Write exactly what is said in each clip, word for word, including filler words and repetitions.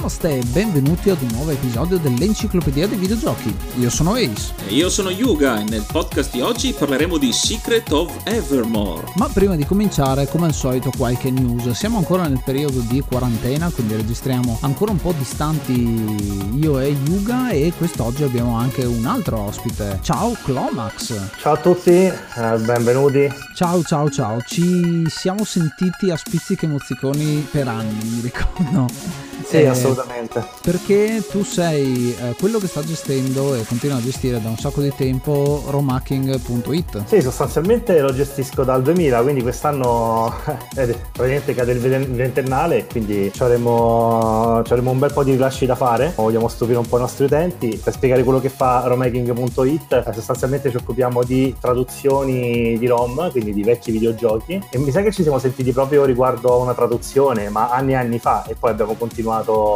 Namaste e benvenuti ad un nuovo episodio dell'Enciclopedia dei Videogiochi. Io sono Ace. E io sono Yuga e nel podcast di oggi parleremo di Secret of Evermore. Ma prima di cominciare, come al solito, qualche news. Siamo ancora nel periodo di quarantena, quindi registriamo ancora un po' distanti io e Yuga, e quest'oggi abbiamo anche un altro ospite. Ciao Clomax. Ciao a tutti, eh, benvenuti. Ciao ciao ciao, ci siamo sentiti a spizzichi e mozziconi per anni, mi ricordo. Sì, eh, assolutamente. Perché tu sei eh, quello che sta gestendo e continua a gestire da un sacco di tempo romhacking punto it. Sì, sostanzialmente lo gestisco dal duemila, quindi quest'anno eh, praticamente cade il ventennale, quindi ci avremo, ci avremo un bel po' di rilasci da fare. Vogliamo stupire un po' i nostri utenti. Per spiegare quello che fa romhacking punto it, eh, sostanzialmente ci occupiamo di traduzioni di ROM, quindi di vecchi videogiochi, e mi sa che ci siamo sentiti proprio riguardo a una traduzione, ma anni e anni fa, e poi abbiamo continuato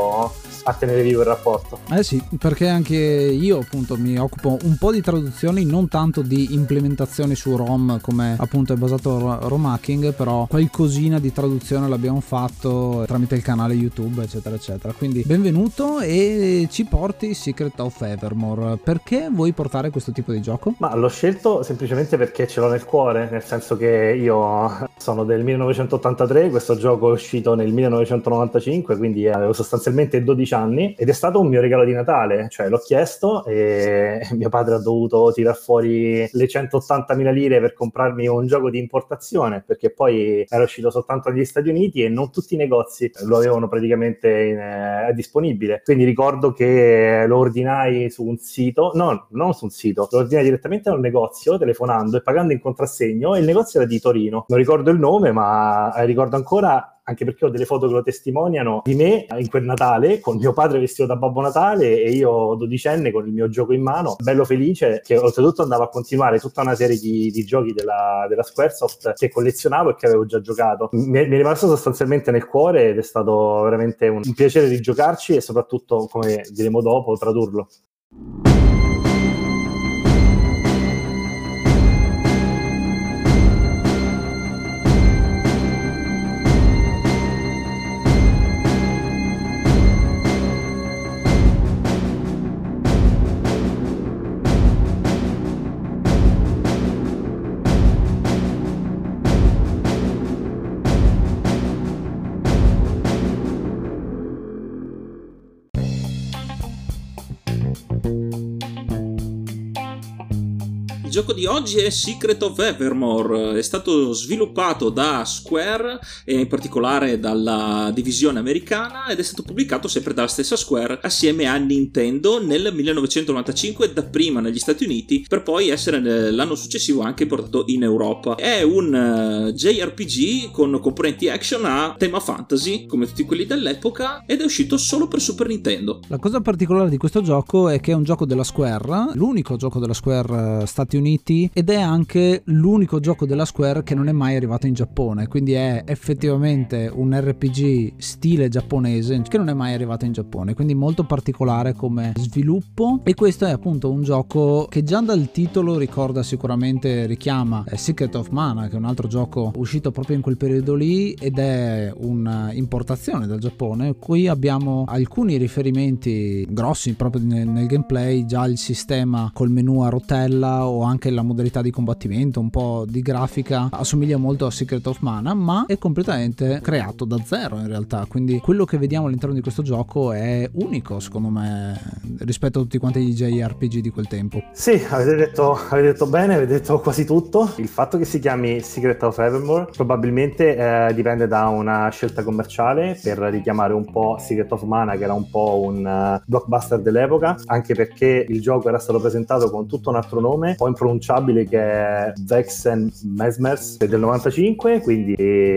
a tenere vivo il rapporto. Eh sì, perché anche io appunto mi occupo un po' di traduzioni, non tanto di implementazioni su ROM come appunto è basato romhacking, però qualcosina di traduzione l'abbiamo fatto tramite il canale YouTube eccetera eccetera. Quindi benvenuto e ci porti Secret of Evermore. Perché vuoi portare questo tipo di gioco? Ma l'ho scelto semplicemente perché ce l'ho nel cuore, nel senso che io sono del millenovecentottantatré, questo gioco è uscito nel millenovecentonovantacinque, quindi avevo sostanzialmente dodici anni ed è stato un mio regalo di Natale, cioè l'ho chiesto e mio padre ha dovuto tirar fuori le centottantamila lire per comprarmi un gioco di importazione, perché poi era uscito soltanto negli Stati Uniti e non tutti i negozi lo avevano praticamente in, eh, disponibile. Quindi ricordo che lo ordinai su un sito, no, non su un sito, lo ordinai direttamente da un negozio telefonando e pagando in contrassegno, e il negozio era di Torino, non ricordo il nome, ma ricordo ancora, anche perché ho delle foto che lo testimoniano, di me in quel Natale con mio padre vestito da Babbo Natale e io dodicenne con il mio gioco in mano, bello felice, che oltretutto andavo a continuare tutta una serie di, di giochi della, della Squaresoft che collezionavo e che avevo già giocato. Mi, mi è rimasto sostanzialmente nel cuore ed è stato veramente un, un piacere di giocarci e soprattutto, come diremo dopo, tradurlo. Il gioco di oggi è Secret of Evermore, è stato sviluppato da Square e in particolare dalla divisione americana ed è stato pubblicato sempre dalla stessa Square assieme a Nintendo nel millenovecentonovantacinque, dapprima negli Stati Uniti per poi essere l'anno successivo anche portato in Europa. È un J R P G con componenti action a tema fantasy come tutti quelli dell'epoca ed è uscito solo per Super Nintendo. La cosa particolare di questo gioco è che è un gioco della Square, l'unico gioco della Square Stati Uniti, ed è anche l'unico gioco della Square che non è mai arrivato in Giappone, quindi è effettivamente un R P G stile giapponese che non è mai arrivato in Giappone, quindi molto particolare come sviluppo. E questo è appunto un gioco che già dal titolo ricorda sicuramente, richiama Secret of Mana, che è un altro gioco uscito proprio in quel periodo lì ed è un'importazione dal Giappone. Qui abbiamo alcuni riferimenti grossi proprio nel, nel gameplay, già il sistema col menu a rotella o anche la modalità di combattimento, un po' di grafica assomiglia molto a Secret of Mana, ma è completamente creato da zero in realtà, quindi quello che vediamo all'interno di questo gioco è unico secondo me rispetto a tutti quanti gli J R P G di quel tempo. Sì, avete detto, avete detto bene, avete detto quasi tutto. Il fatto che si chiami Secret of Evermore probabilmente eh, dipende da una scelta commerciale per richiamare un po' Secret of Mana, che era un po' un uh, blockbuster dell'epoca, anche perché il gioco era stato presentato con tutto un altro nome, un po' impronunciabile, che è Vexen Mesmers del novantacinque, quindi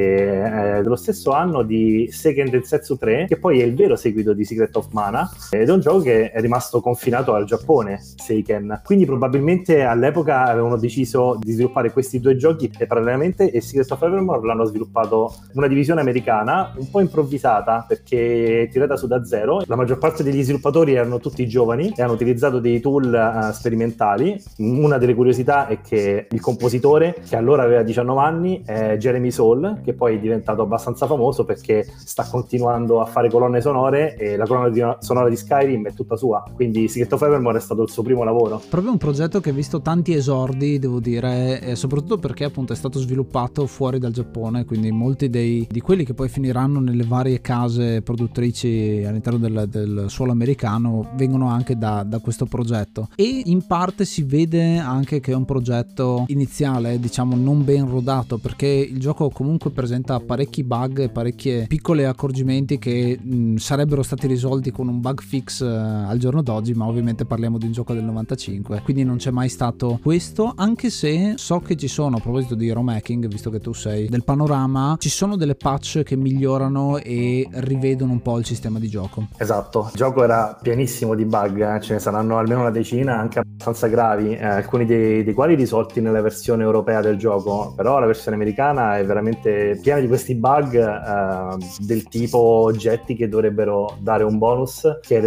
è dello stesso anno di Seiken Densetsu tre, che poi è il vero seguito di Secret of Mana, ed è un gioco che è rimasto confinato al Giappone, Seiken, quindi probabilmente all'epoca avevano deciso di sviluppare questi due giochi e parallelamente, e Secret of Evermore l'hanno sviluppato una divisione americana un po' improvvisata perché tirata su da zero. La maggior parte degli sviluppatori erano tutti giovani e hanno utilizzato dei tool uh, sperimentali, una delle curiosità è che il compositore, che allora aveva diciannove anni, è Jeremy Soule, che poi è diventato abbastanza famoso perché sta continuando a fare colonne sonore, e la colonna di, sonora di Skyrim è tutta sua, quindi Secret of Evermore è stato il suo primo lavoro. Proprio un progetto che ha visto tanti esordi, devo dire, e soprattutto perché appunto è stato sviluppato fuori dal Giappone, quindi molti dei, di quelli che poi finiranno nelle varie case produttrici all'interno del, del suolo americano vengono anche da, da questo progetto, e in parte si vede anche che è un progetto iniziale, diciamo non ben rodato, perché il gioco comunque presenta parecchi bug e parecchie piccole accorgimenti che mh, sarebbero stati risolti con un bug fix eh, al giorno d'oggi, ma ovviamente parliamo di un gioco del novantacinque, quindi non c'è mai stato questo, anche se so che ci sono, a proposito di ROM hacking, visto che tu sei del panorama, ci sono delle patch che migliorano e rivedono un po' il sistema di gioco. Esatto, il gioco era pienissimo di bug, eh. Ce ne saranno almeno una decina, anche abbastanza gravi, eh, alcuni dei, dei quali risolti nella versione europea del gioco, però la versione americana è veramente piena di questi bug, eh, del tipo oggetti che dovrebbero dare un bonus, che in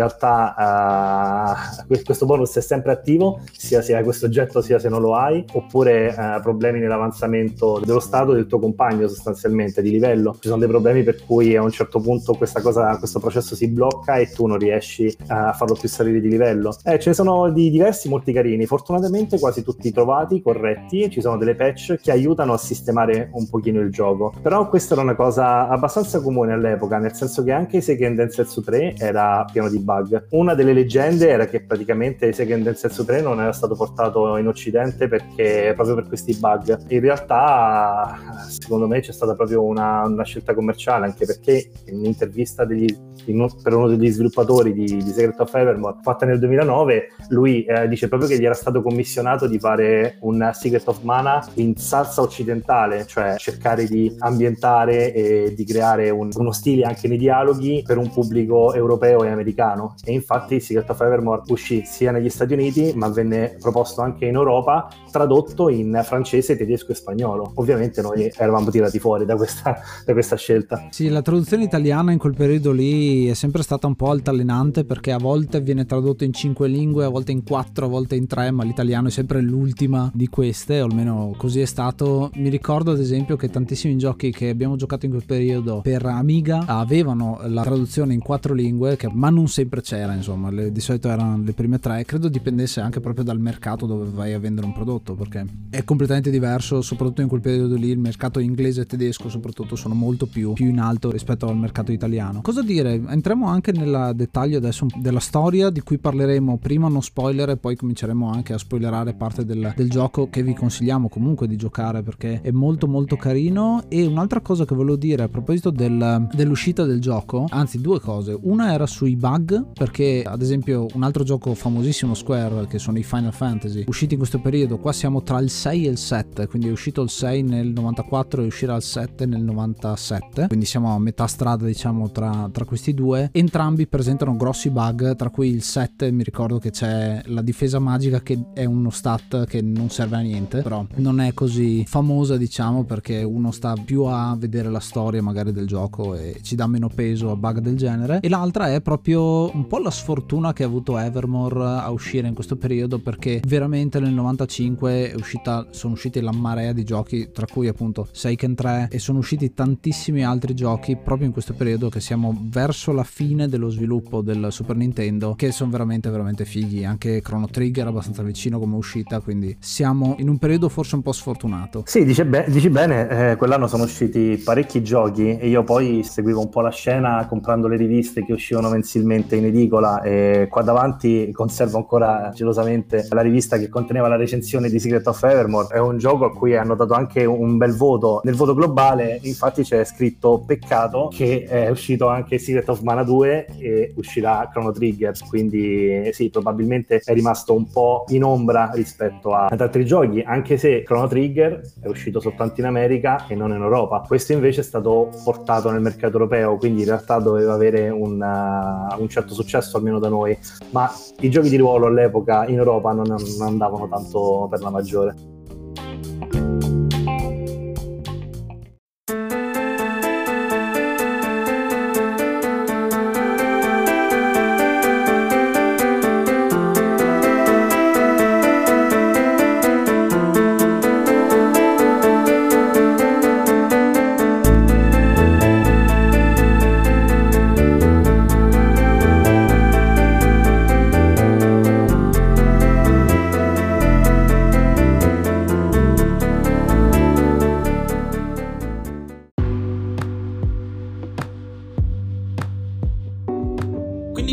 realtà eh, questo bonus è sempre attivo, sia se hai questo oggetto sia se non lo hai, oppure eh, problemi nell'avanzamento dello stato del tuo compagno, sostanzialmente di livello. Ci sono dei problemi per cui a un certo punto questa cosa, questo processo si blocca e tu non riesci eh, a farlo più salire di livello. Eh, ce ne sono di diversi molti carini, fortunatamente quasi tutti trovati, corretti, e ci sono delle patch che aiutano a sistemare un pochino il gioco. Però questa era una cosa abbastanza comune all'epoca, nel senso che anche Seiken Densetsu tre era pieno di bug. Una delle leggende era che praticamente Seiken Densetsu tre non era stato portato in occidente perché proprio per questi bug. In realtà secondo me c'è stata proprio una, una scelta commerciale, anche perché in un'intervista degli, in, per uno degli sviluppatori di, di Secret of Evermore fatta nel duemilanove, lui eh, dice proprio che gli era stato commissionato di fare un Secret of Mana in salsa occidentale, cioè cercare di ambientare e di creare un, uno stile anche nei dialoghi per un pubblico europeo e americano. E infatti Secret of Evermore uscì sia negli Stati Uniti, ma venne proposto anche in Europa, tradotto in francese, tedesco e spagnolo. Ovviamente noi eravamo tirati fuori da questa, da questa scelta. Sì, la traduzione italiana in quel periodo lì è sempre stata un po' altalenante, perché a volte viene tradotto in cinque lingue, a volte in quattro, a volte in tre, ma l'italiano è sempre l'ultima di queste, o almeno così è stato. Mi ricordo ad esempio che tantissimi giochi che abbiamo giocato in quel periodo per Amiga avevano la traduzione in quattro lingue, che, ma non sempre c'era, insomma, le, di solito erano le prime tre. Credo dipendesse anche proprio dal mercato dove vai a vendere un prodotto, perché è completamente diverso, soprattutto in quel periodo lì il mercato inglese e tedesco soprattutto sono molto più, più in alto rispetto al mercato italiano. Cosa dire? Entriamo anche nel dettaglio adesso della storia, di cui parleremo prima no spoiler e poi cominceremo anche a spoilerare parte del, del gioco, che vi consigliamo comunque di giocare perché è molto molto carino. E un'altra cosa che volevo dire a proposito del, dell'uscita del gioco, anzi due cose: una era sui bug, perché ad esempio un altro gioco famosissimo Square, che sono i Final Fantasy, usciti in questo periodo, qua siamo tra il sei e il sette, quindi è uscito il sei nel novantaquattro e uscirà il sette nel novantasette, quindi siamo a metà strada diciamo tra, tra questi due. Entrambi presentano grossi bug, tra cui il sette mi ricordo che c'è la difesa magica, che è uno stat che non serve a niente, però non è così famosa diciamo, perché uno sta più a vedere la storia magari del gioco e ci dà meno peso a bug del genere. E l'altra è proprio un po' la sfortuna che ha avuto Evermore a uscire in questo periodo, perché veramente nel novantacinque è uscita, sono usciti la marea di giochi, tra cui appunto Seiken tre, e sono usciti tantissimi altri giochi proprio in questo periodo, che siamo verso la fine dello sviluppo del Super Nintendo, che sono veramente veramente fighi. Anche Chrono Trigger abbastanza vicino come uscita, quindi siamo in un periodo forse un po' sfortunato. Sì, dice be- dici bene, eh, quell'anno sono usciti parecchi giochi e io poi seguivo un po' la scena comprando le riviste che uscivano mensilmente in edicola, e qua davanti conservo ancora gelosamente la rivista che conteneva la recensione di Secret of Evermore. È un gioco a cui hanno dato anche un bel voto nel voto globale, infatti c'è scritto peccato che è uscito anche Secret of Mana due e uscirà Chrono Trigger, quindi sì, probabilmente è rimasto un po' in ombra rispetto a, ad altri giochi, anche se Chrono Trigger è uscito soltanto in America e non in Europa. Questo invece è stato portato nel mercato europeo, quindi in realtà doveva avere un, uh, un certo successo almeno da noi, ma i giochi di ruolo all'epoca in Europa non, non andavano tanto per la maggiore.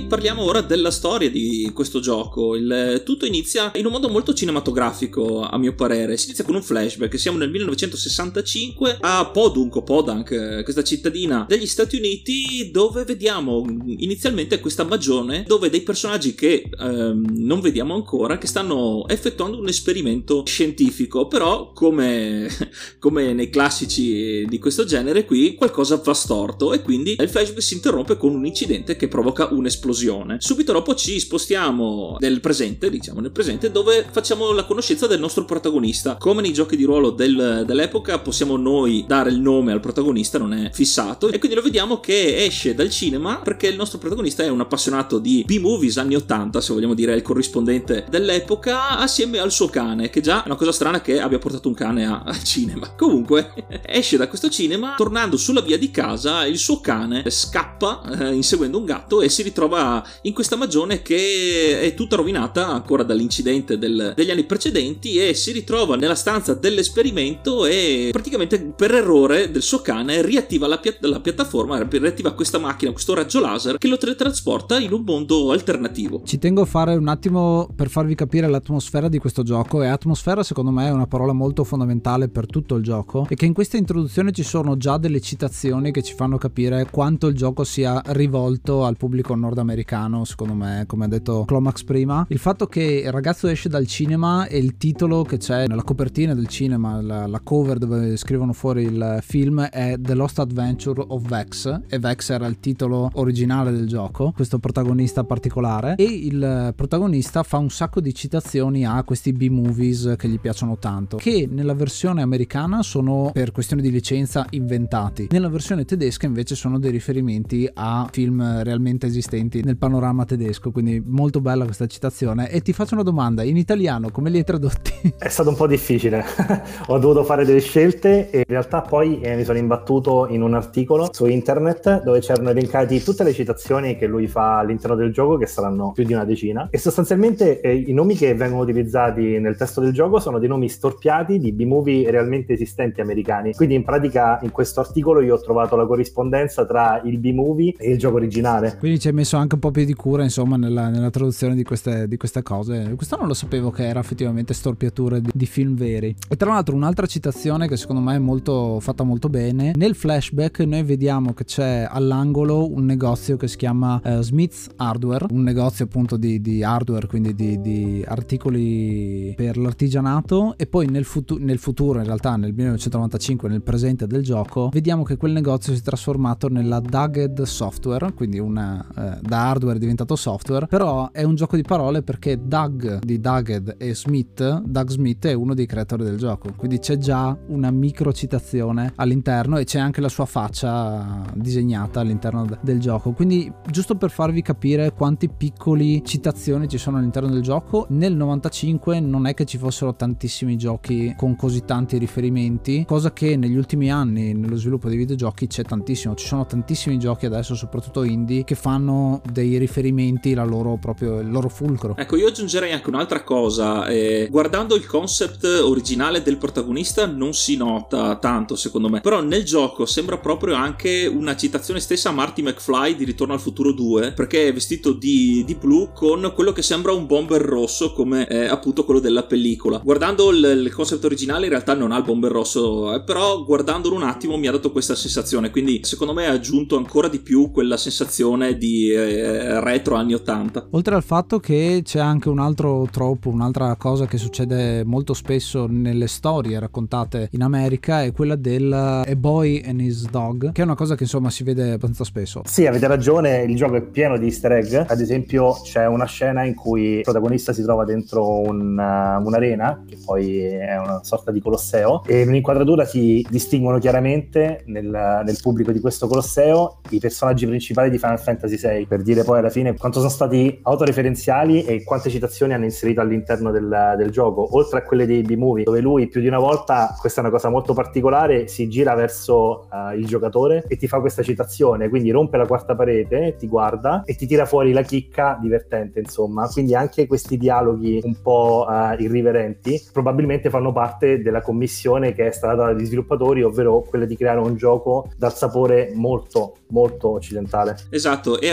parliamo ora della storia di questo gioco. Il tutto inizia in un modo molto cinematografico, a mio parere. Si inizia con un flashback. Siamo nel millenovecentosessantacinque a Podunk o Podank, questa cittadina degli Stati Uniti, dove vediamo inizialmente questa magione dove dei personaggi che ehm, non vediamo ancora, che stanno effettuando un esperimento scientifico, però come, come nei classici di questo genere qui qualcosa va storto e quindi il flashback si interrompe con un incidente che provoca un'esplosione. Subito dopo ci spostiamo nel presente, diciamo nel presente, dove facciamo la conoscenza del nostro protagonista. Come nei giochi di ruolo del, dell'epoca possiamo noi dare il nome al protagonista, non è fissato, e quindi lo vediamo che esce dal cinema perché il nostro protagonista è un appassionato di B-movies anni ottanta, se vogliamo dire, è il corrispondente dell'epoca, assieme al suo cane, che già è una cosa strana che abbia portato un cane a, al cinema. Comunque esce da questo cinema, tornando sulla via di casa il suo cane scappa eh, inseguendo un gatto e si ritrova in questa magione che è tutta rovinata ancora dall'incidente del, degli anni precedenti, e si ritrova nella stanza dell'esperimento e praticamente per errore del suo cane riattiva la, pia- la piattaforma, riattiva questa macchina, questo raggio laser che lo teletrasporta in un mondo alternativo. Ci tengo a fare un attimo per farvi capire l'atmosfera di questo gioco, e atmosfera secondo me è una parola molto fondamentale per tutto il gioco, e che in questa introduzione ci sono già delle citazioni che ci fanno capire quanto il gioco sia rivolto al pubblico nordamericano, secondo me, come ha detto Clomax prima. Il fatto che il ragazzo esce dal cinema e il titolo che c'è nella copertina del cinema, la, la cover dove scrivono fuori il film, è The Lost Adventure of Vex, e Vex era il titolo originale del gioco, questo protagonista particolare, e il protagonista fa un sacco di citazioni a questi B-movies che gli piacciono tanto, che nella versione americana sono per questioni di licenza inventati, nella versione tedesca invece sono dei riferimenti a film realmente esistenti nel panorama tedesco, quindi molto bella questa citazione. E ti faccio una domanda, in italiano come li hai tradotti? È stato un po' difficile, ho dovuto fare delle scelte e in realtà poi eh, mi sono imbattuto in un articolo su internet dove c'erano elencati tutte le citazioni che lui fa all'interno del gioco, che saranno più di una decina, e sostanzialmente eh, i nomi che vengono utilizzati nel testo del gioco sono dei nomi storpiati di B-movie realmente esistenti americani. Quindi in pratica in questo articolo io ho trovato la corrispondenza tra il B-movie e il gioco originale. Quindi ci hai messo anche un po' più di cura insomma nella, nella traduzione di queste, di queste cose. Questo non lo sapevo che era effettivamente storpiature di, di film veri. E tra l'altro un'altra citazione che secondo me è molto fatta molto bene, nel flashback noi vediamo che c'è all'angolo un negozio che si chiama uh, Smith's Hardware, un negozio appunto di, di hardware, quindi di, di articoli per l'artigianato, e poi nel, futu- nel futuro, in realtà nel millenovecentonovantacinque, nel presente del gioco, vediamo che quel negozio si è trasformato nella Dogged Software, quindi una, eh, da hardware è diventato software, però è un gioco di parole perché Doug di Dogged e Smith, Doug Smith è uno dei creatori del gioco, quindi c'è già una micro citazione all'interno e c'è anche la sua faccia disegnata all'interno d- del gioco, quindi giusto per farvi capire quanti piccoli citazioni ci sono all'interno del gioco. Nel novantacinque non è che ci fossero tantissimi giochi con così tanti riferimenti, cosa che negli ultimi anni nello sviluppo dei videogiochi c'è tantissimo, ci sono tantissimi giochi adesso, soprattutto indie, che fanno dei riferimenti, la loro proprio il loro fulcro. Ecco, io aggiungerei anche un'altra cosa, eh, guardando il concept originale del protagonista non si nota tanto secondo me, però nel gioco sembra proprio anche una citazione stessa a Marty McFly di Ritorno al futuro due, perché è vestito di, di blu con quello che sembra un bomber rosso come eh, appunto quello della pellicola. Guardando il, il concept originale in realtà non ha il bomber rosso, eh, però guardandolo un attimo mi ha dato questa sensazione, quindi secondo me ha aggiunto ancora di più quella sensazione di eh, retro anni ottanta. Oltre al fatto che c'è anche un altro tropo, un'altra cosa che succede molto spesso nelle storie raccontate in America, è quella del A Boy and His Dog, che è una cosa che insomma si vede abbastanza spesso. Sì, avete ragione, il gioco è pieno di easter egg. Ad esempio c'è una scena in cui il protagonista si trova dentro un, uh, un'arena, che poi è una sorta di colosseo, e nell'inquadratura si distinguono chiaramente nel, nel pubblico di questo colosseo i personaggi principali di Final Fantasy sei, per dire poi alla fine quanto sono stati autoreferenziali e quante citazioni hanno inserito all'interno del, del gioco, oltre a quelle dei B-movie, dove lui più di una volta, questa è una cosa molto particolare, si gira verso uh, il giocatore e ti fa questa citazione, quindi rompe la quarta parete, ti guarda e ti tira fuori la chicca divertente, insomma. Quindi anche questi dialoghi un po' uh, irriverenti probabilmente fanno parte della commissione che è stata data dagli sviluppatori, ovvero quella di creare un gioco dal sapore molto molto occidentale. Esatto, e a proposito della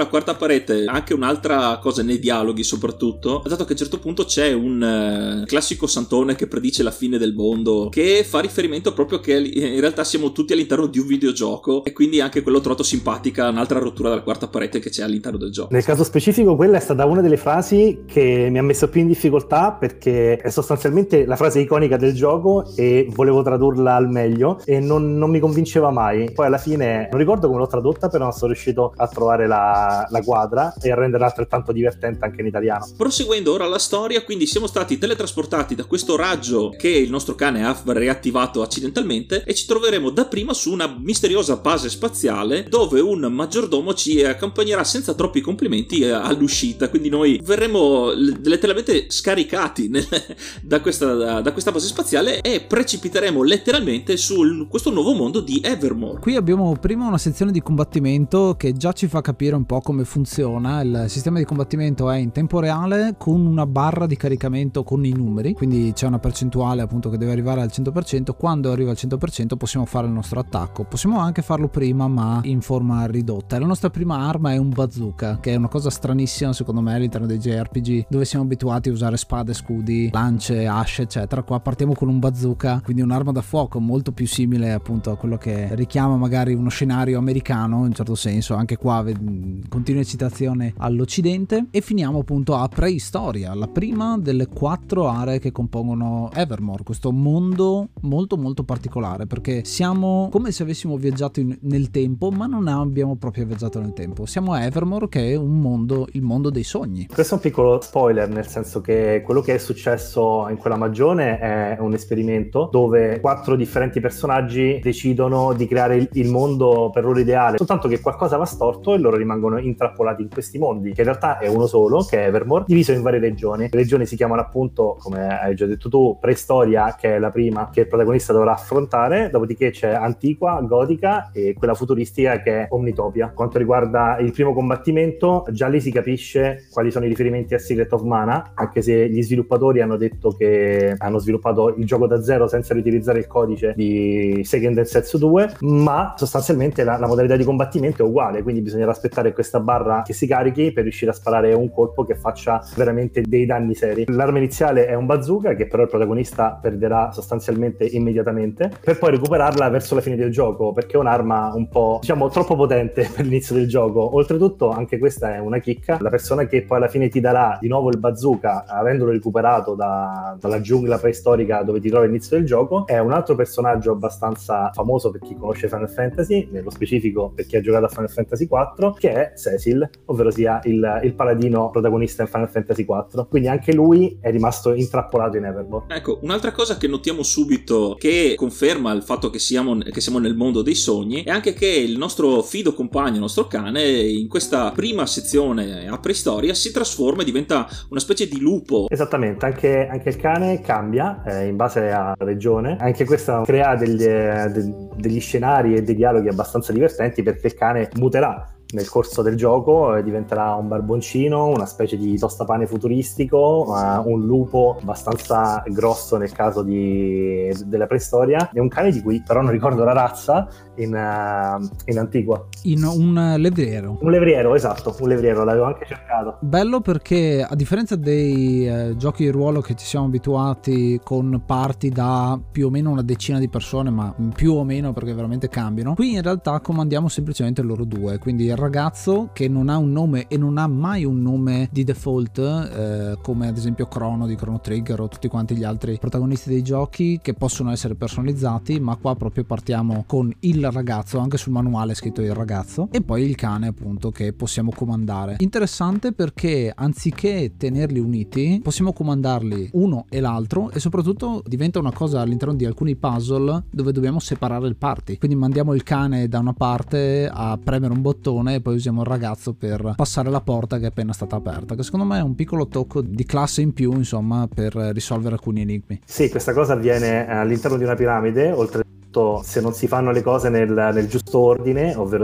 la quarta parete, anche un'altra cosa nei dialoghi soprattutto, dato che a un certo punto c'è un uh, classico santone che predice la fine del mondo, che fa riferimento proprio che in realtà siamo tutti all'interno di un videogioco, e quindi anche quello ho trovato simpatica, un'altra rottura della quarta parete che c'è all'interno del gioco. Nel caso specifico quella è stata una delle frasi che mi ha messo più in difficoltà, perché è sostanzialmente la frase iconica del gioco e volevo tradurla al meglio e non, non mi convinceva mai. Poi alla fine non ricordo come l'ho tradotta, però non sono riuscito a trovare la, la quadra e a renderla altrettanto divertente anche in italiano. Proseguendo ora la storia, quindi siamo stati teletrasportati da questo raggio che il nostro cane ha reattivato accidentalmente e ci troveremo dapprima su una misteriosa base spaziale dove un maggiordomo ci accompagnerà senza troppi complimenti all'uscita, quindi noi verremo letteralmente scaricati nel, da, questa, da, da questa base spaziale e precipiteremo letteralmente su questo nuovo mondo di Evermore. Qui abbiamo prima una sezione di combattimento che già ci fa capire un po' come funziona. Il sistema di combattimento è in tempo reale con una barra di caricamento con i numeri, quindi c'è una percentuale appunto che deve arrivare al cento per cento. Quando arriva al cento per cento possiamo fare il nostro attacco, possiamo anche farlo prima ma in forma ridotta. La nostra prima arma è un bazooka, che è una cosa stranissima secondo me all'interno dei J R P G dove siamo abituati a usare spade, scudi, lance, asce eccetera. Qua partiamo con un bazooka, quindi un'arma da fuoco molto più simile appunto a quello che richiama magari uno scenario americano in un certo senso. Anche qua continua citazione all'occidente e finiamo appunto a Preistoria, la prima delle quattro aree che compongono Evermore, questo mondo molto molto particolare, perché siamo come se avessimo viaggiato in, nel tempo, ma non abbiamo proprio viaggiato nel tempo. Siamo a Evermore, che è un mondo, il mondo dei sogni. Questo è un piccolo spoiler, nel senso che quello che è successo in quella magione è un esperimento dove quattro differenti personaggi decidono di creare il, il mondo per loro ideale, soltanto che qualcosa va storto e loro rimangono intrappolati in questi mondi, che in realtà è uno solo, che è Evermore, diviso in varie regioni. Le regioni si chiamano appunto, come hai già detto tu, Preistoria, che è la prima che il protagonista dovrà affrontare, dopodiché c'è Antiqua, Gotica e quella futuristica che è Omnitopia. Quanto riguarda il primo combattimento, già lì si capisce quali sono i riferimenti a Secret of Mana, anche se gli sviluppatori hanno detto che hanno sviluppato il gioco da zero senza riutilizzare il codice di Seiken Densetsu due, ma sostanzialmente la, la modalità di combattimento è uguale, quindi bisognerà aspettare questa barra che si carichi per riuscire a sparare un colpo che faccia veramente dei danni seri. L'arma iniziale è un bazooka che però il protagonista perderà sostanzialmente immediatamente, per poi recuperarla verso la fine del gioco, perché è un'arma un po', diciamo, troppo potente per l'inizio del gioco. Oltretutto anche questa è una chicca: la persona che poi alla fine ti darà di nuovo il bazooka, avendolo recuperato da, dalla giungla preistorica dove ti trovi all'inizio del gioco, è un altro personaggio abbastanza famoso per chi conosce Final Fantasy, nello specifico per chi ha giocato a Final Fantasy quattro, che è Cecil, ovvero sia il, il paladino protagonista in Final Fantasy quattro. Quindi anche lui è rimasto intrappolato in Evermore. Ecco, un'altra cosa che notiamo subito, che conferma il fatto che siamo, che siamo nel mondo dei sogni, è anche che il nostro fido compagno, il nostro cane, in questa prima sezione a preistoria si trasforma e diventa una specie di lupo. Esattamente, anche, anche il cane cambia eh, in base alla regione. Anche questo crea degli, eh, de, degli scenari e dei dialoghi abbastanza divertenti, perché il cane muterà nel corso del gioco, eh, diventerà un barboncino, una specie di tostapane futuristico, uh, un lupo abbastanza grosso nel caso di, della preistoria, e un cane di cui però non ricordo la razza in, uh, in Antiqua. In un levriero. Un levriero, esatto, un levriero, l'avevo anche cercato. Bello perché a differenza dei eh, giochi di ruolo che ci siamo abituati con party da più o meno una decina di persone, ma più o meno perché veramente cambiano, qui in realtà comandiamo semplicemente loro due, quindi il ragazzo che non ha un nome e non ha mai un nome di default, eh, come ad esempio Chrono di Chrono Trigger o tutti quanti gli altri protagonisti dei giochi che possono essere personalizzati, ma qua proprio partiamo con il ragazzo, anche sul manuale è scritto il ragazzo, e poi il cane appunto che possiamo comandare. Interessante perché anziché tenerli uniti possiamo comandarli uno e l'altro, e soprattutto diventa una cosa all'interno di alcuni puzzle dove dobbiamo separare il party, quindi mandiamo il cane da una parte a premere un bottone e poi usiamo il ragazzo per passare la porta che è appena stata aperta, che secondo me è un piccolo tocco di classe in più, insomma, per risolvere alcuni enigmi. Sì, questa cosa avviene all'interno di una piramide, oltretutto se non si fanno le cose nel, nel giusto ordine, ovvero sia se non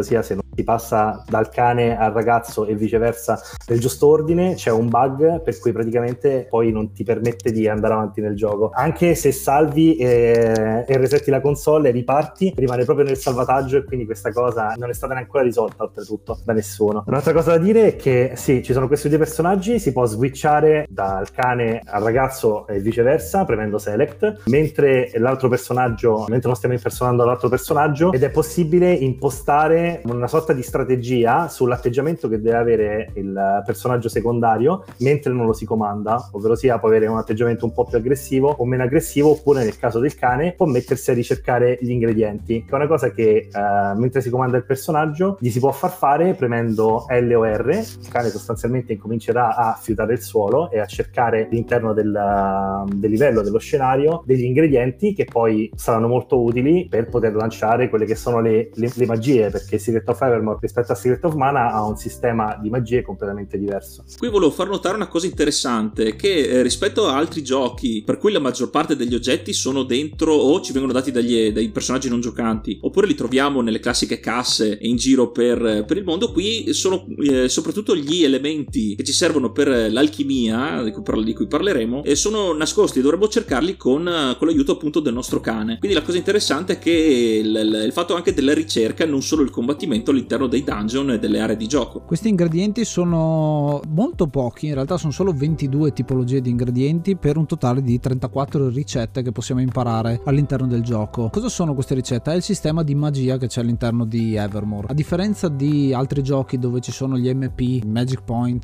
si passa dal cane al ragazzo e viceversa nel giusto ordine, c'è un bug per cui praticamente poi non ti permette di andare avanti nel gioco. Anche se salvi e, e resetti la console e riparti, rimane proprio nel salvataggio, e quindi questa cosa non è stata ancora risolta oltretutto da nessuno. Un'altra cosa da dire è che sì, ci sono questi due personaggi, si può switchare dal cane al ragazzo e viceversa premendo select, mentre l'altro personaggio, mentre non stiamo impersonando l'altro personaggio, ed è possibile impostare una sorta di strategia sull'atteggiamento che deve avere il personaggio secondario mentre non lo si comanda, ovvero sia può avere un atteggiamento un po' più aggressivo o meno aggressivo, oppure nel caso del cane può mettersi a ricercare gli ingredienti, che è una cosa che uh, mentre si comanda il personaggio gli si può far fare premendo L o R. Il cane sostanzialmente incomincerà a fiutare il suolo e a cercare all'interno del, uh, del livello dello scenario degli ingredienti che poi saranno molto utili per poter lanciare quelle che sono le, le, le magie, perché Secret of Evermore rispetto a Secret of Mana ha un sistema di magie completamente diverso. Qui volevo far notare una cosa interessante, che eh, rispetto a altri giochi per cui la maggior parte degli oggetti sono dentro o ci vengono dati dagli, dai personaggi non giocanti, oppure li troviamo nelle classiche casse e in giro per, per il mondo, qui sono eh, soprattutto gli elementi che ci servono per l'alchimia, di cui, parla, di cui parleremo, e sono nascosti, dovremmo cercarli con, con l'aiuto appunto del nostro cane. Quindi la cosa interessante è che il, il, il fatto anche della ricerca, non solo il combattimento all'interno dei dungeon e delle aree di gioco. Questi ingredienti sono molto pochi, in realtà sono solo ventidue tipologie di ingredienti per un totale di trentaquattro ricette che possiamo imparare all'interno del gioco. Cosa sono queste ricette? È il sistema di magia che c'è all'interno di Evermore. A differenza di altri giochi dove ci sono gli M P, Magic Point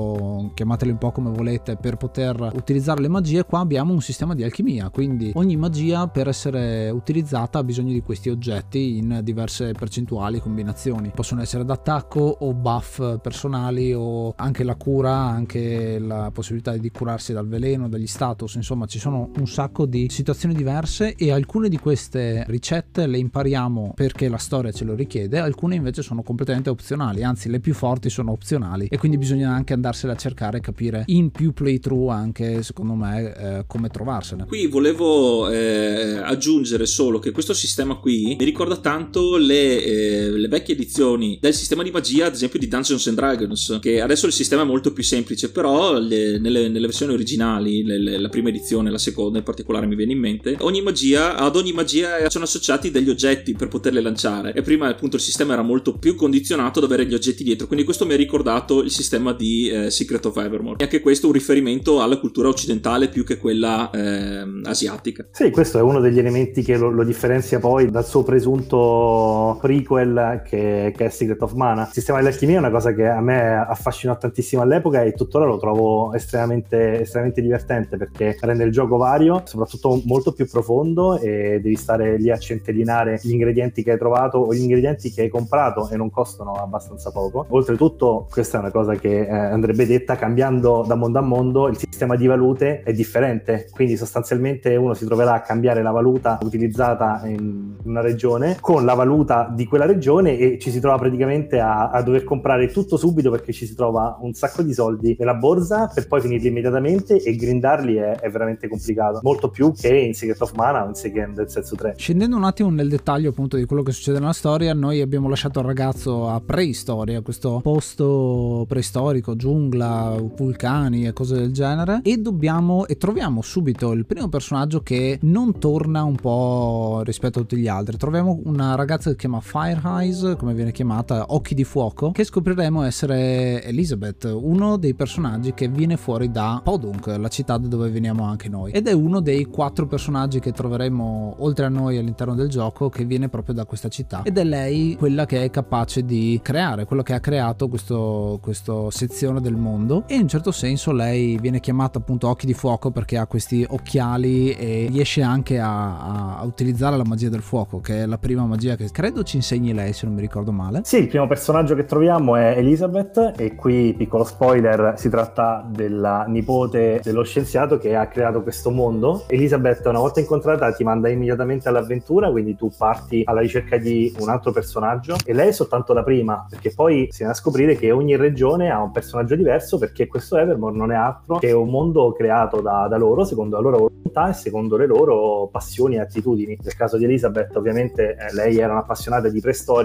o chiamateli un po' come volete, per poter utilizzare le magie, qua abbiamo un sistema di alchimia, quindi ogni magia per essere utilizzata ha bisogno di questi oggetti in diverse percentuali e combinazioni. Possono essere d'attacco o buff personali, o anche la cura, anche la possibilità di curarsi dal veleno, dagli status, insomma ci sono un sacco di situazioni diverse, e alcune di queste ricette le impariamo perché la storia ce lo richiede, alcune invece sono completamente opzionali, anzi le più forti sono opzionali, e quindi bisogna anche andarsele a cercare e capire in più playthrough anche secondo me eh, come trovarsene. Qui volevo eh, aggiungere solo che questo sistema qui mi ricorda tanto le, eh, le vecchie edizioni del sistema di magia, ad esempio di Dungeons and Dragons, che adesso il sistema è molto più semplice, però le, nelle, nelle versioni originali, le, le, la prima edizione, la seconda in particolare mi viene in mente, ogni magia, ad ogni magia sono associati degli oggetti per poterle lanciare, e prima appunto il sistema era molto più condizionato ad avere gli oggetti dietro, quindi questo mi ha ricordato il sistema di eh, Secret of Evermore, e anche questo un riferimento alla cultura occidentale più che quella eh, asiatica. Sì, questo è uno degli elementi che lo, lo differenzia poi dal suo presunto prequel che, che è Secret of Mana. Il sistema dell'alchimia è una cosa che a me affascinò tantissimo all'epoca e tuttora lo trovo estremamente, estremamente divertente, perché rende il gioco vario, soprattutto molto più profondo, e devi stare lì a centellinare gli ingredienti che hai trovato o gli ingredienti che hai comprato, e non costano abbastanza poco. Oltretutto, questa è una cosa che eh, andrebbe detta, cambiando da mondo a mondo il sistema di valute è differente, quindi sostanzialmente uno si troverà a cambiare la valuta utilizzata in una regione con la valuta di quella regione, e ci si trova praticamente a, a dover comprare tutto subito, perché ci si trova un sacco di soldi nella borsa per poi finirli immediatamente, e grindarli è, è veramente complicato, molto più che in Secret of Mana o in Seiken Densetsu tre. Scendendo un attimo nel dettaglio appunto di quello che succede nella storia, noi abbiamo lasciato il ragazzo a preistoria, questo posto preistorico, giungla, vulcani e cose del genere, e dobbiamo e troviamo subito il primo personaggio che non torna un po' rispetto a tutti gli altri. Troviamo una ragazza che si chiama Fire Eyes, come viene chiamata, Occhi di Fuoco, che scopriremo essere Elizabeth, uno dei personaggi che viene fuori da Podunk, la città da dove veniamo anche noi, ed è uno dei quattro personaggi che troveremo oltre a noi all'interno del gioco, che viene proprio da questa città, ed è lei quella che è capace di creare, quello che ha creato questo, questo sezione del mondo, e in un certo senso lei viene chiamata appunto Occhi di Fuoco perché ha questi occhiali e riesce anche a, a utilizzare la magia del fuoco, che è la prima magia che credo ci insegni lei, se non mi ricordo male. Sì, il primo personaggio che troviamo è Elizabeth, e qui, piccolo spoiler, si tratta della nipote dello scienziato che ha creato questo mondo. Elizabeth, una volta incontrata, ti manda immediatamente all'avventura, quindi tu parti alla ricerca di un altro personaggio, e lei è soltanto la prima, perché poi si viene a scoprire che ogni regione ha un personaggio diverso, perché questo Evermore non è altro che un mondo creato da, da loro, secondo la loro volontà e secondo le loro passioni e attitudini. Nel caso di Elizabeth, ovviamente, eh, lei era un'appassionata di preistoria e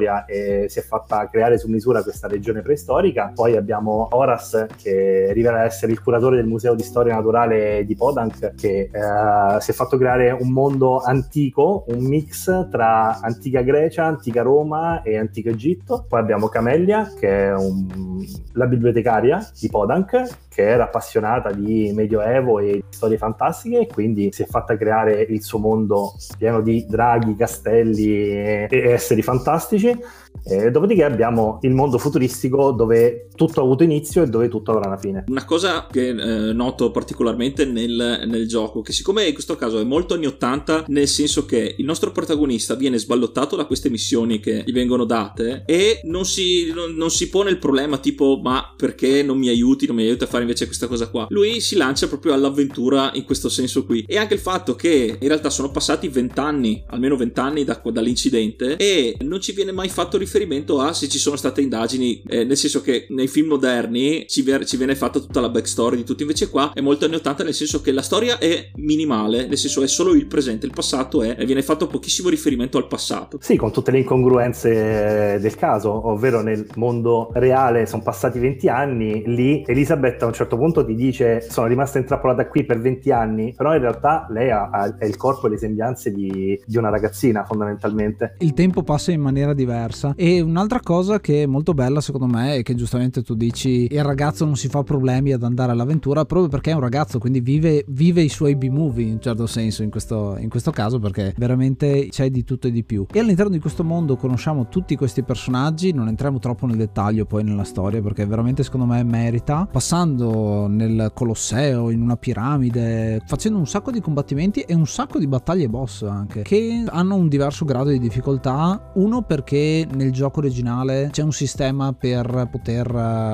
che si è fatta creare su misura questa regione preistorica. Poi abbiamo Horace, che rivela essere il curatore del Museo di Storia Naturale di Podank, che eh, si è fatto creare un mondo antico, un mix tra antica Grecia, antica Roma e antico Egitto. Poi abbiamo Camellia, che è un, la bibliotecaria di Podank, che era appassionata di Medioevo e di storie fantastiche, e quindi si è fatta creare il suo mondo pieno di draghi, castelli e esseri fantastici. E dopodiché abbiamo il mondo futuristico, dove tutto ha avuto inizio e dove tutto avrà una fine. Una cosa che eh, noto particolarmente nel, nel gioco, che siccome in questo caso è molto anni ottanta, nel senso che il nostro protagonista viene sballottato da queste missioni che gli vengono date e non si, non, non si pone il problema tipo ma perché non mi aiuti, non mi aiuti a fare invece questa cosa qua. Lui si lancia proprio all'avventura in questo senso qui, e anche il fatto che in realtà sono passati vent'anni, almeno vent'anni da, dall'incidente, e non ci viene mai fatto riferimento a se ci sono state indagini, eh, nel senso che nei film moderni ci, ver- ci viene fatta tutta la backstory di tutti, invece qua è molto anni ottanta, nel senso che la storia è minimale, nel senso è solo il presente, il passato è, e viene fatto pochissimo riferimento al passato. Sì, con tutte le incongruenze del caso, ovvero nel mondo reale sono passati venti anni, lì Elizabeth a un certo punto ti dice sono rimasta intrappolata qui per venti anni, però in realtà lei ha, ha il corpo e le sembianze di, di una ragazzina fondamentalmente. Il tempo passa in maniera diversa. E un'altra cosa che è molto bella secondo me è che giustamente tu dici il ragazzo non si fa problemi ad andare all'avventura proprio perché è un ragazzo, quindi vive, vive i suoi B-movie in un certo senso in questo, in questo caso, perché veramente c'è di tutto e di più. E all'interno di questo mondo conosciamo tutti questi personaggi, non entriamo troppo nel dettaglio poi nella storia perché veramente secondo me merita, passando nel Colosseo, in una piramide, facendo un sacco di combattimenti e un sacco di battaglie boss anche, che hanno un diverso grado di difficoltà. Uno perché nel gioco originale c'è un sistema per poter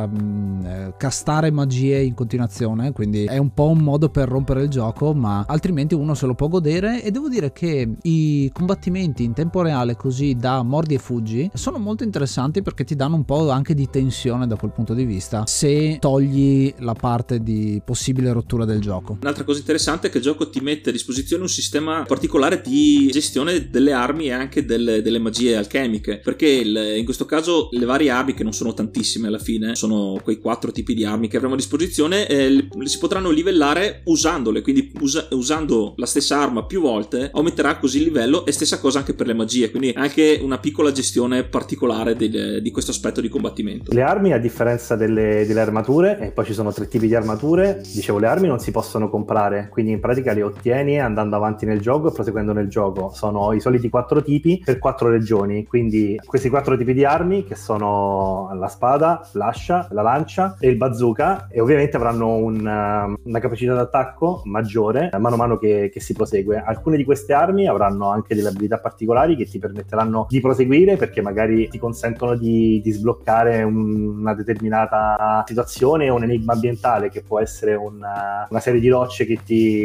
uh, castare magie in continuazione, quindi è un po' un modo per rompere il gioco, ma altrimenti uno se lo può godere. E devo dire che i combattimenti in tempo reale così da mordi e fuggi sono molto interessanti perché ti danno un po' anche di tensione da quel punto di vista, se togli la parte di possibile rottura del gioco. Un'altra cosa interessante è che il gioco ti mette a disposizione un sistema particolare di gestione delle armi e anche delle, delle magie alchemiche, perché il, in questo caso le varie armi, che non sono tantissime alla fine, sono quei quattro tipi di armi che avremo a disposizione, eh, le, le si potranno livellare usandole, quindi usa, usando la stessa arma più volte aumenterà così il livello, e stessa cosa anche per le magie, quindi anche una piccola gestione particolare di, di questo aspetto di combattimento. Le armi, a differenza delle, delle armature, e poi ci sono tre tipi di armature, dicevo, le armi non si possono comprare, quindi in pratica le ottieni andando avanti nel gioco e proseguendo nel gioco. Sono i soliti quattro tipi per quattro regioni, quindi questi quattro tipi di armi, che sono la spada, l'ascia, la lancia e il bazooka, e ovviamente avranno un, una capacità d'attacco maggiore mano a mano che, che si prosegue. Alcune di queste armi avranno anche delle abilità particolari che ti permetteranno di proseguire, perché magari ti consentono di, di sbloccare un, una determinata situazione o un enigma ambientale, che può essere una, una serie di rocce che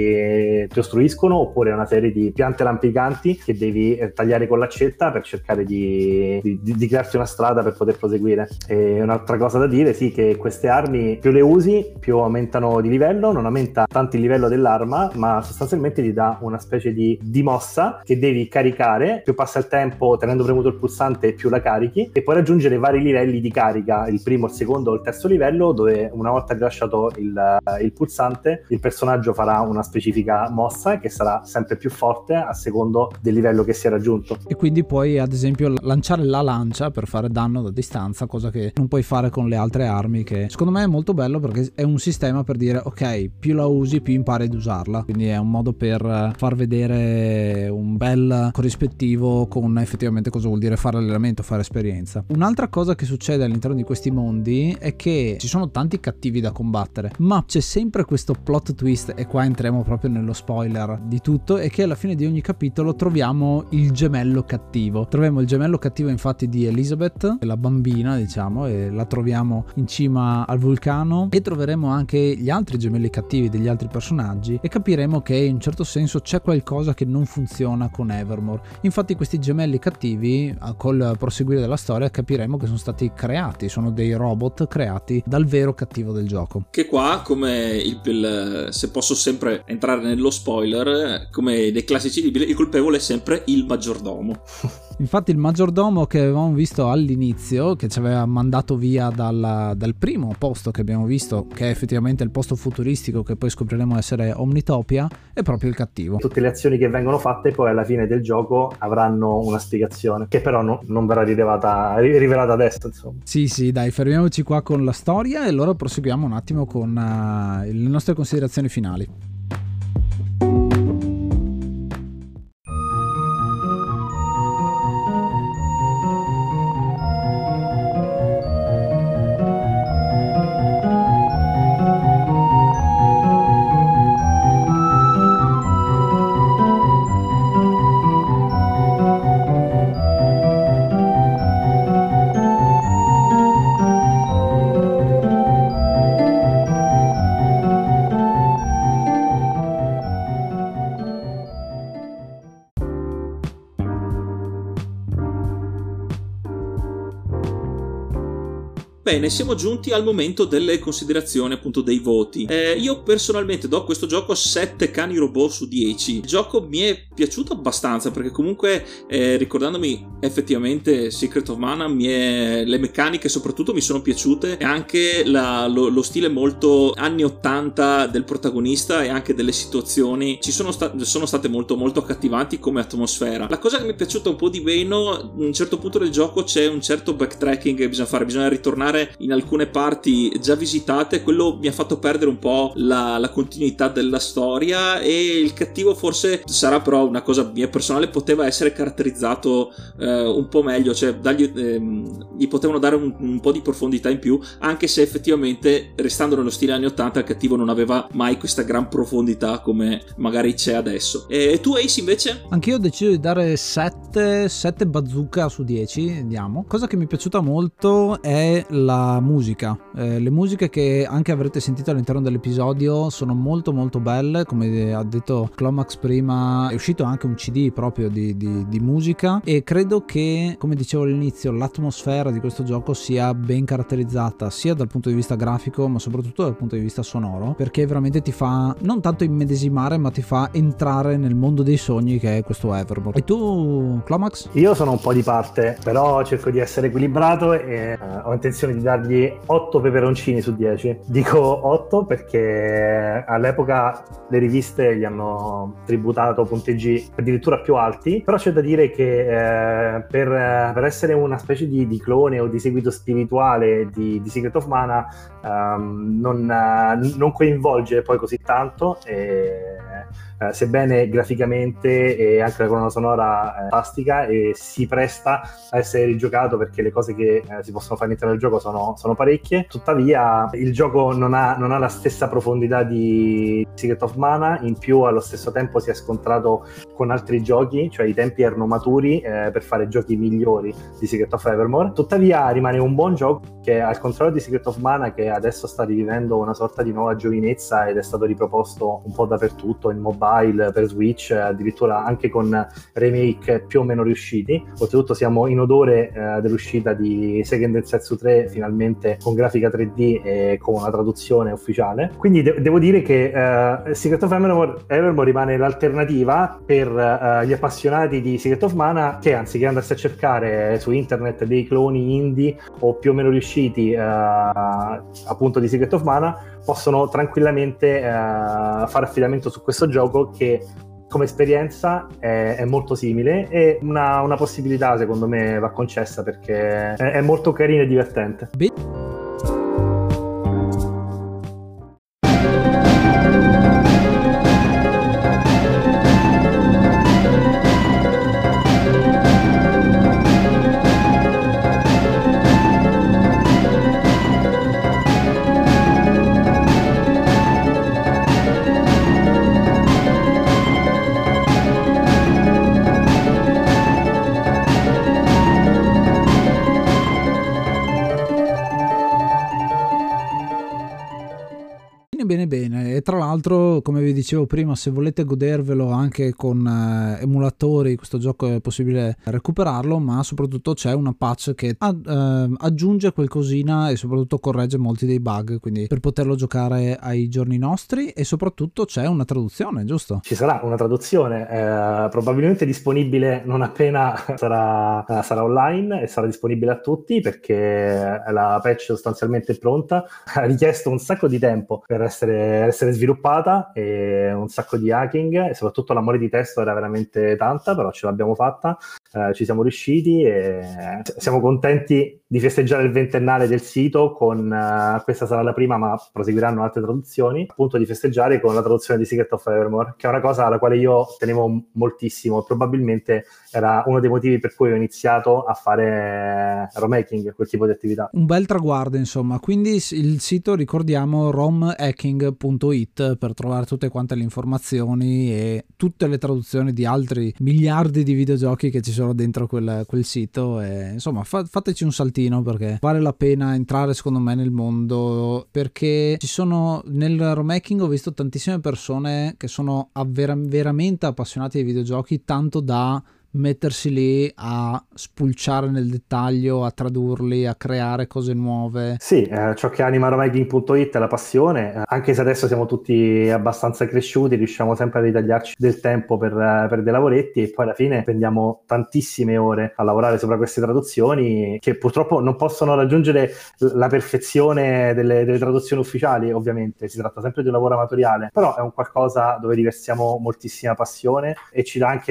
ti, ti ostruiscono, oppure una serie di piante rampicanti che devi tagliare con l'accetta per cercare di, di, di crearti una strada per poter proseguire. E un'altra cosa da dire, sì, che queste armi più le usi più aumentano di livello, non aumenta tanto il livello dell'arma, ma sostanzialmente ti dà una specie di, di mossa che devi caricare, più passa il tempo tenendo premuto il pulsante più la carichi, e puoi raggiungere vari livelli di carica, il primo, il secondo o il terzo livello, dove una volta rilasciato il, il pulsante il personaggio farà una specifica mossa che sarà sempre più forte a secondo del livello che si è raggiunto. E quindi puoi ad esempio lanciare la lancia per fare danno da distanza, cosa che non puoi fare con le altre armi, che secondo me è molto bello perché è un sistema per dire ok, più la usi più impari ad usarla, quindi è un modo per far vedere un bel corrispettivo con effettivamente cosa vuol dire fare allenamento, fare esperienza. Un'altra cosa che succede all'interno di questi mondi è che ci sono tanti cattivi da combattere, ma c'è sempre questo plot twist, e qua entriamo proprio nello spoiler di tutto, è che alla fine di ogni capitolo troviamo il gemello cattivo. Troviamo il gemello cattivo infatti di Elizabeth, la bambina diciamo, e la troviamo in cima al vulcano, e troveremo anche gli altri gemelli cattivi degli altri personaggi e capiremo che in un certo senso c'è qualcosa che non funziona con Evermore. Infatti questi gemelli cattivi, col proseguire della storia, capiremo che sono stati creati, sono dei robot creati dal vero cattivo del gioco. Che qua, come il, il se posso sempre entrare nello spoiler, come dei classici libri, il colpevole è sempre il maggiordomo. Infatti il maggiordomo che avevamo visto all'inizio, che ci aveva mandato via dal, dal primo posto che abbiamo visto, che è effettivamente il posto futuristico che poi scopriremo essere Omnitopia, è proprio il cattivo. Tutte le azioni che vengono fatte poi alla fine del gioco avranno una spiegazione, che però no, non verrà rivelata, rivelata adesso, insomma. Sì, sì, dai, fermiamoci qua con la storia e allora proseguiamo un attimo con uh, le nostre considerazioni finali. Bene, siamo giunti al momento delle considerazioni, appunto dei voti. Eh, io personalmente do a questo gioco sette cani robot su dieci. Il gioco mi è piaciuto abbastanza perché comunque, eh, ricordandomi effettivamente Secret of Mana, mi è... le meccaniche soprattutto mi sono piaciute e anche la, lo, lo stile molto anni ottanta del protagonista e anche delle situazioni ci sono, sta... sono state molto molto accattivanti come atmosfera. La cosa che mi è piaciuta un po' di meno, a un certo punto del gioco c'è un certo backtracking che bisogna fare, bisogna ritornare in alcune parti già visitate, quello mi ha fatto perdere un po' la, la continuità della storia, e il cattivo forse sarà però una cosa mia personale, poteva essere caratterizzato eh, un po' meglio, cioè dargli, ehm, gli potevano dare un, un po' di profondità in più, anche se effettivamente restando nello stile anni ottanta il cattivo non aveva mai questa gran profondità come magari c'è adesso. E tu Ace invece? Anch'io ho deciso di dare sette, sette bazooka su dieci, diamo. Cosa che mi è piaciuta molto è la musica, eh, le musiche che anche avrete sentito all'interno dell'episodio sono molto molto belle, come ha detto Clomax prima è uscito anche un C D proprio di, di, di musica, e credo che, come dicevo all'inizio, l'atmosfera di questo gioco sia ben caratterizzata sia dal punto di vista grafico ma soprattutto dal punto di vista sonoro, perché veramente ti fa non tanto immedesimare ma ti fa entrare nel mondo dei sogni che è questo Evermore. E tu Clomax? Io sono un po' di parte, però cerco di essere equilibrato e uh, ho intenzione di dargli otto peperoncini su dieci. Dico otto perché all'epoca le riviste gli hanno tributato punteggi addirittura più alti, però c'è da dire che eh, per, per essere una specie di, di clone o di seguito spirituale di, di Secret of Mana um, non, uh, non coinvolge poi così tanto, e Uh, sebbene graficamente e anche la colonna sonora è fantastica e si presta a essere rigiocato perché le cose che uh, si possono fare all'interno del gioco sono, sono parecchie, tuttavia il gioco non ha, non ha la stessa profondità di Secret of Mana, in più allo stesso tempo si è scontrato con altri giochi, cioè i tempi erano maturi eh, per fare giochi migliori di Secret of Evermore, tuttavia rimane un buon gioco che, al contrario di Secret of Mana, che adesso sta rivivendo una sorta di nuova giovinezza ed è stato riproposto un po' dappertutto, in mobile, per Switch, addirittura anche con remake più o meno riusciti. Oltretutto siamo in odore eh, dell'uscita di Seiken Densetsu tre finalmente con grafica tre D e con una traduzione ufficiale, quindi de- devo dire che eh, Secret of Evermore, Evermore rimane l'alternativa per eh, gli appassionati di Secret of Mana, che anziché andarsi a cercare su internet dei cloni indie o più o meno riusciti eh, appunto di Secret of Mana, possono tranquillamente eh, fare affidamento su questo gioco che come esperienza è, è molto simile, e una, una possibilità secondo me va concessa perché è, è molto carino e divertente. Be- tra l'altro, come vi dicevo prima, se volete godervelo anche con eh, emulatori, questo gioco è possibile recuperarlo, ma soprattutto c'è una patch che ad, eh, aggiunge qualcosina e soprattutto corregge molti dei bug, quindi per poterlo giocare ai giorni nostri. E soprattutto c'è una traduzione, giusto? Ci sarà una traduzione, eh, probabilmente disponibile non appena sarà, eh, sarà online e sarà disponibile a tutti, perché la patch sostanzialmente è pronta. Ha richiesto un sacco di tempo per essere, essere sviluppata, e un sacco di hacking, e soprattutto l'amore di testo era veramente tanta, però ce l'abbiamo fatta, eh, ci siamo riusciti e siamo contenti di festeggiare il ventennale del sito con, uh, questa sarà la prima, ma proseguiranno altre traduzioni, appunto di festeggiare con la traduzione di Secret of Evermore, che è una cosa alla quale io tenevo moltissimo, e probabilmente era uno dei motivi per cui ho iniziato a fare romhacking, quel tipo di attività. Un bel traguardo, insomma. Quindi il sito, ricordiamo, romhacking punto it, per trovare tutte quante le informazioni e tutte le traduzioni di altri miliardi di videogiochi che ci sono dentro quel, quel sito. E, insomma, fa, fateci un saltino, perché vale la pena entrare secondo me nel mondo, perché ci sono, nel romhacking ho visto tantissime persone che sono vera, veramente appassionati ai videogiochi, tanto da mettersi lì a spulciare nel dettaglio, a tradurli, a creare cose nuove. Sì, eh, ciò che anima romhacking punto it è la passione, eh, anche se adesso siamo tutti abbastanza cresciuti, riusciamo sempre a ritagliarci del tempo per, uh, per dei lavoretti, e poi alla fine spendiamo tantissime ore a lavorare sopra queste traduzioni, che purtroppo non possono raggiungere la perfezione delle, delle traduzioni ufficiali. Ovviamente si tratta sempre di un lavoro amatoriale, però è un qualcosa dove riversiamo moltissima passione e ci dà anche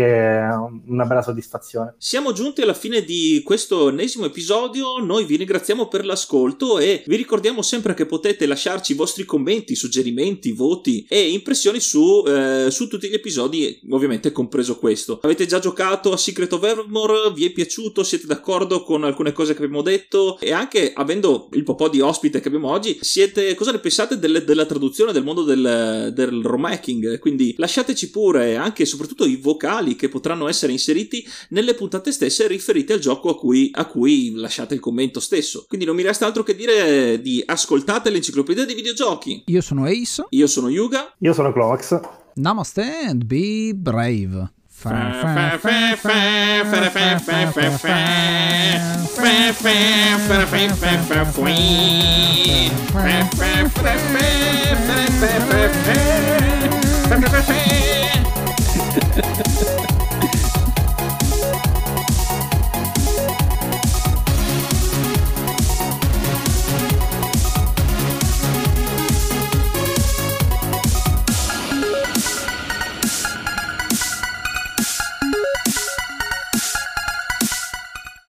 una bella soddisfazione. Siamo giunti alla fine di questo ennesimo episodio, noi vi ringraziamo per l'ascolto e vi ricordiamo sempre che potete lasciarci i vostri commenti, suggerimenti, voti e impressioni su, eh, su tutti gli episodi, ovviamente compreso questo. Avete già giocato a Secret of Evermore? Vi è piaciuto? Siete d'accordo con alcune cose che abbiamo detto? E anche avendo il po' di ospite che abbiamo oggi, siete, cosa ne pensate delle, della traduzione del mondo del, del romhacking? Quindi lasciateci pure anche e soprattutto i vocali che potranno essere inseriti nelle puntate stesse riferite al gioco a cui, a cui lasciate il commento stesso. Quindi non mi resta altro che dire di ascoltate l'enciclopedia dei videogiochi. Io sono Ace. Io sono Yuga. Io sono Clomax. Namaste and be brave. Fa